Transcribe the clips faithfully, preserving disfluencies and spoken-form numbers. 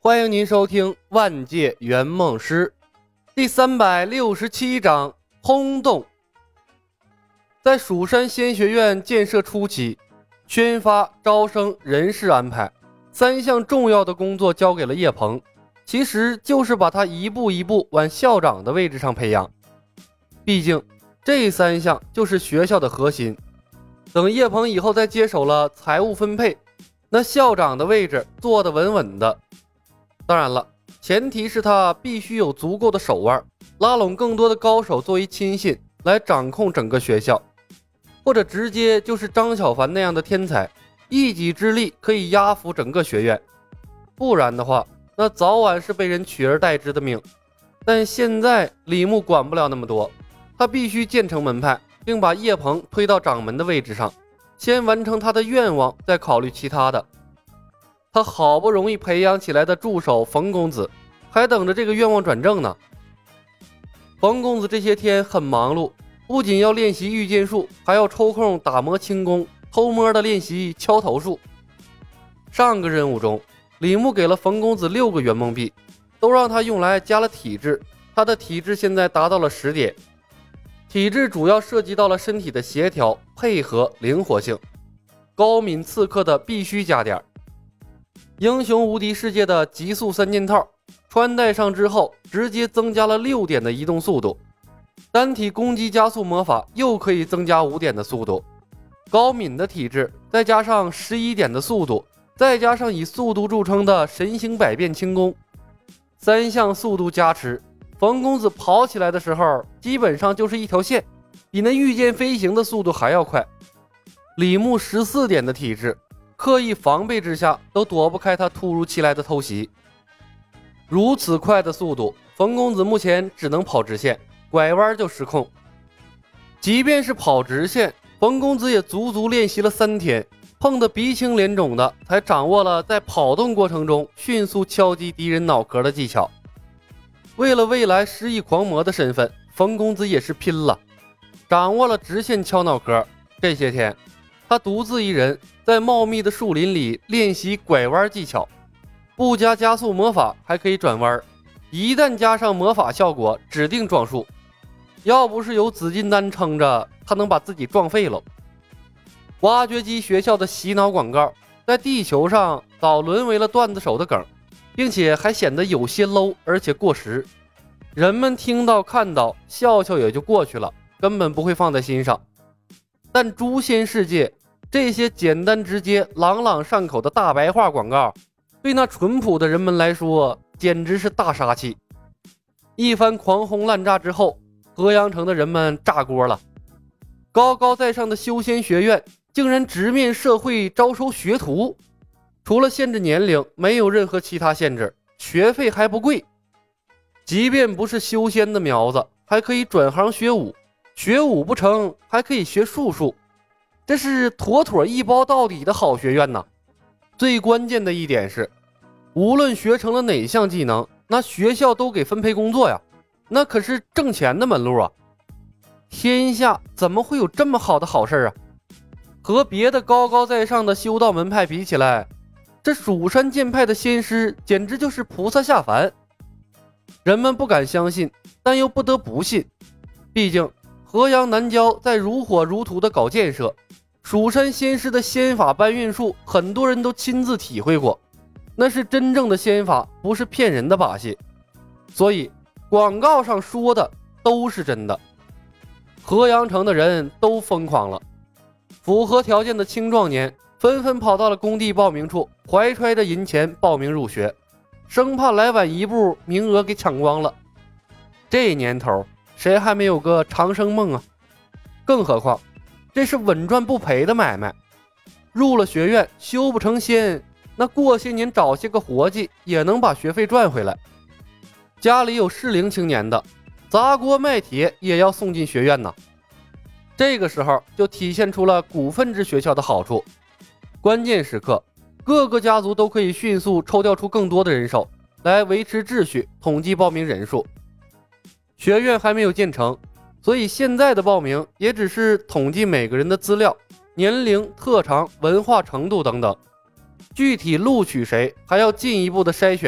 欢迎您收听《万界圆梦师》第三百六十七章轰动。在蜀山仙学院建设初期，宣发、招生、人事安排三项重要的工作交给了叶鹏，其实就是把他一步一步往校长的位置上培养。毕竟这三项就是学校的核心。等叶鹏以后再接手了财务分配，那校长的位置坐得稳稳的。当然了，前提是他必须有足够的手腕，拉拢更多的高手作为亲信来掌控整个学校，或者直接就是张小凡那样的天才，一己之力可以压服整个学院。不然的话，那早晚是被人取而代之的命。但现在李牧管不了那么多，他必须建成门派，并把叶鹏推到掌门的位置上，先完成他的愿望，再考虑其他的。他好不容易培养起来的助手冯公子，还等着这个愿望转正呢。冯公子这些天很忙碌，不仅要练习御剑术，还要抽空打磨轻功，偷摸的练习敲头术。上个任务中，李牧给了冯公子六个圆梦币，都让他用来加了体质，他的体质现在达到了十点。体质主要涉及到了身体的协调、配合、灵活性，高敏刺客的必须加点。英雄无敌世界的极速三件套穿戴上之后，直接增加了六点的移动速度，单体攻击加速魔法又可以增加五点的速度，高敏的体质再加上十一点的速度，再加上以速度著称的神行百变轻功，三项速度加持，冯公子跑起来的时候基本上就是一条线，比那御剑飞行的速度还要快。李牧十四点的体质，刻意防备之下都躲不开他突如其来的偷袭。如此快的速度，冯公子目前只能跑直线，拐弯就失控。即便是跑直线，冯公子也足足练习了三天，碰得鼻青脸肿的，才掌握了在跑动过程中迅速敲击敌人脑壳的技巧。为了未来失忆狂魔的身份，冯公子也是拼了，掌握了直线敲脑壳。这些天他独自一人在茂密的树林里练习拐弯技巧，不加加速魔法还可以转弯，一旦加上魔法效果指定撞树，要不是有紫金丹撑着，他能把自己撞废了。挖掘机学校的洗脑广告在地球上早沦为了段子手的梗，并且还显得有些 low 而且过时，人们听到看到笑笑也就过去了，根本不会放在心上。但诛仙世界这些简单直接朗朗上口的大白话广告，对那淳朴的人们来说简直是大杀器。一番狂轰滥炸之后，河阳城的人们炸锅了。高高在上的修仙学院竟然直面社会招收学徒，除了限制年龄没有任何其他限制，学费还不贵。即便不是修仙的苗子，还可以转行学武，学武不成还可以学术数，这是妥妥一包到底的好学院呐。最关键的一点是，无论学成了哪项技能，那学校都给分配工作呀，那可是挣钱的门路啊。天下怎么会有这么好的好事啊？和别的高高在上的修道门派比起来，这蜀山剑派的仙师简直就是菩萨下凡。人们不敢相信，但又不得不信，毕竟河阳南郊在如火如荼的搞建设，蜀山仙师的仙法搬运术很多人都亲自体会过，那是真正的仙法，不是骗人的把戏，所以广告上说的都是真的。河阳城的人都疯狂了，符合条件的青壮年纷纷跑到了工地报名处，怀揣着银钱报名入学，生怕来晚一步名额给抢光了。这年头谁还没有个长生梦啊？更何况这是稳赚不赔的买卖，入了学院修不成仙，那过些年找些个活计也能把学费赚回来。家里有适龄青年的，砸锅卖铁也要送进学院呢。这个时候就体现出了股份制学校的好处，关键时刻各个家族都可以迅速抽调出更多的人手来维持秩序，统计报名人数。学院还没有建成，所以现在的报名也只是统计每个人的资料、年龄、特长、文化程度等等，具体录取谁还要进一步的筛选，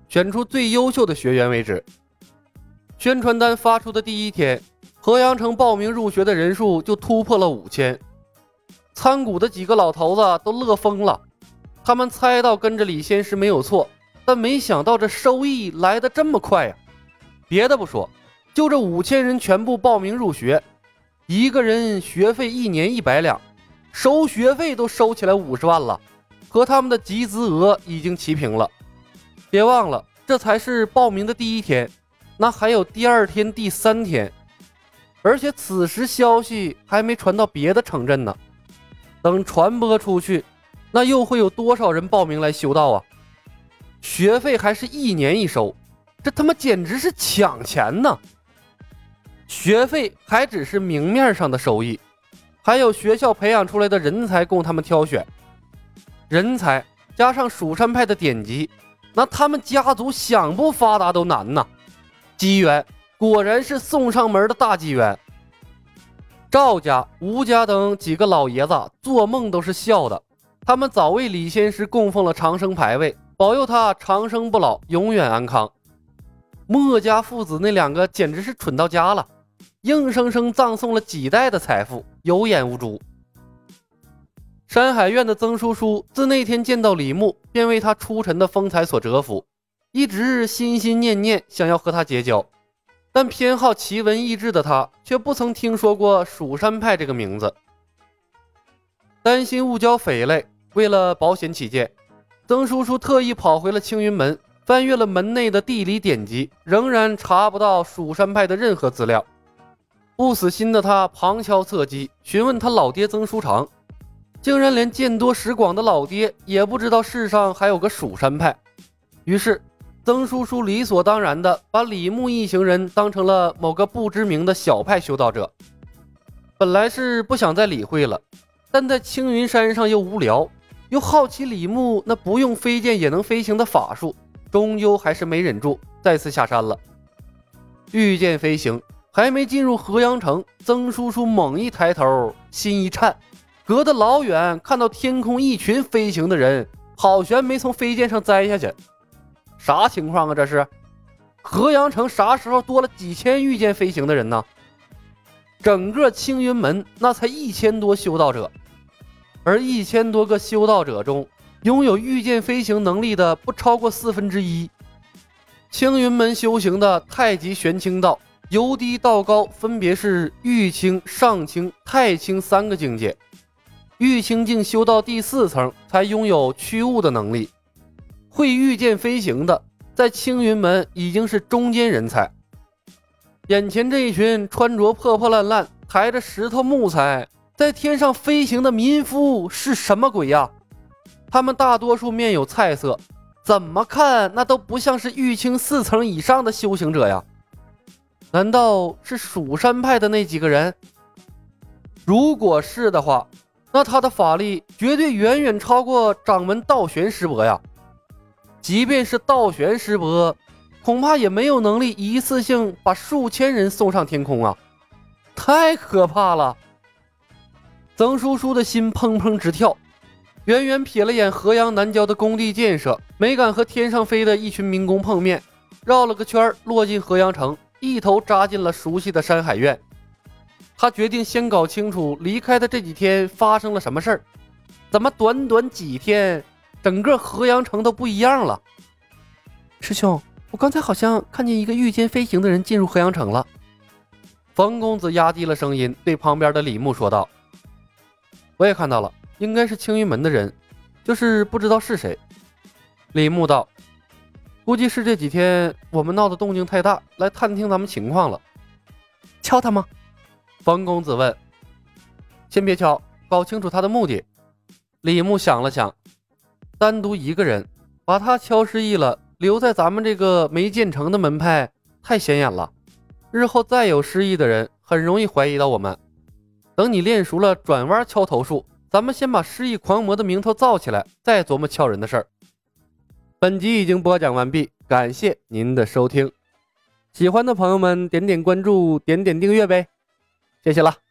选出最优秀的学员为止。宣传单发出的第一天，河阳城报名入学的人数就突破了五千。参股的几个老头子都乐疯了，他们猜到跟着李先师没有错，但没想到这收益来得这么快呀！别的不说，就这五千人全部报名入学，一个人学费一年一百两，收学费都收起来五十万了，和他们的集资额已经齐平了。别忘了，这才是报名的第一天，那还有第二天、第三天，而且此时消息还没传到别的城镇呢。等传播出去，那又会有多少人报名来修道啊？学费还是一年一收，这他妈简直是抢钱呢！学费还只是明面上的收益，还有学校培养出来的人才供他们挑选。人才加上蜀山派的典籍，那他们家族想不发达都难呐！机缘果然是送上门的大机缘。赵家、吴家等几个老爷子做梦都是笑的，他们早为李先师供奉了长生牌位，保佑他长生不老，永远安康。墨家父子那两个简直是蠢到家了，硬生生葬送了几代的财富，有眼无珠。山海院的曾叔叔自那天见到李牧，便为他出尘的风采所折服，一直心心念念想要和他结交，但偏好奇闻异志的他却不曾听说过蜀山派这个名字。担心误交匪类，为了保险起见，曾叔叔特意跑回了青云门，翻阅了门内的地理典籍，仍然查不到蜀山派的任何资料。不死心的他旁敲侧击询问他老爹曾书长，竟然连见多识广的老爹也不知道世上还有个蜀山派。于是曾叔叔理所当然地把李牧一行人当成了某个不知名的小派修道者。本来是不想再理会了，但在青云山上又无聊，又好奇李牧那不用飞剑也能飞行的法术，终究还是没忍住，再次下山了。御剑飞行还没进入河阳城，曾叔叔猛一抬头，心一颤，隔得老远看到天空一群飞行的人，好悬没从飞剑上栽下去。啥情况啊这是？河阳城啥时候多了几千御剑飞行的人呢？整个青云门那才一千多修道者，而一千多个修道者中，拥有御剑飞行能力的不超过四分之一。青云门修行的太极玄清道，由低到高分别是玉清、上清、太清三个境界。玉清境修到第四层才拥有驱物的能力。会御剑飞行的，在青云门已经是中间人才。眼前这一群穿着破破烂烂、抬着石头木材在天上飞行的民夫是什么鬼呀？他们大多数面有菜色，怎么看那都不像是玉清四层以上的修行者呀？难道是蜀山派的那几个人？如果是的话，那他的法力绝对远远超过掌门道玄师伯呀。即便是道玄师伯，恐怕也没有能力一次性把数千人送上天空啊！太可怕了！曾叔叔的心砰砰直跳，远远瞥了眼河阳南郊的工地建设，没敢和天上飞的一群民工碰面，绕了个圈落进河阳城，一头扎进了熟悉的山海院。他决定先搞清楚离开的这几天发生了什么事儿，怎么短短几天整个河阳城都不一样了？师兄，我刚才好像看见一个御剑飞行的人进入河阳城了。冯公子压低了声音对旁边的李牧说道：我也看到了，应该是青云门的人，就是不知道是谁。李牧道：估计是这几天我们闹的动静太大，来探听咱们情况了。敲他吗？冯公子问。先别敲，搞清楚他的目的。李牧想了想，单独一个人把他敲失忆了，留在咱们这个没建成的门派太显眼了，日后再有失忆的人很容易怀疑到我们。等你练熟了转弯敲头术，咱们先把失忆狂魔的名头造起来，再琢磨敲人的事儿。本集已经播讲完毕，感谢您的收听。喜欢的朋友们点点关注，点点订阅呗，谢谢了。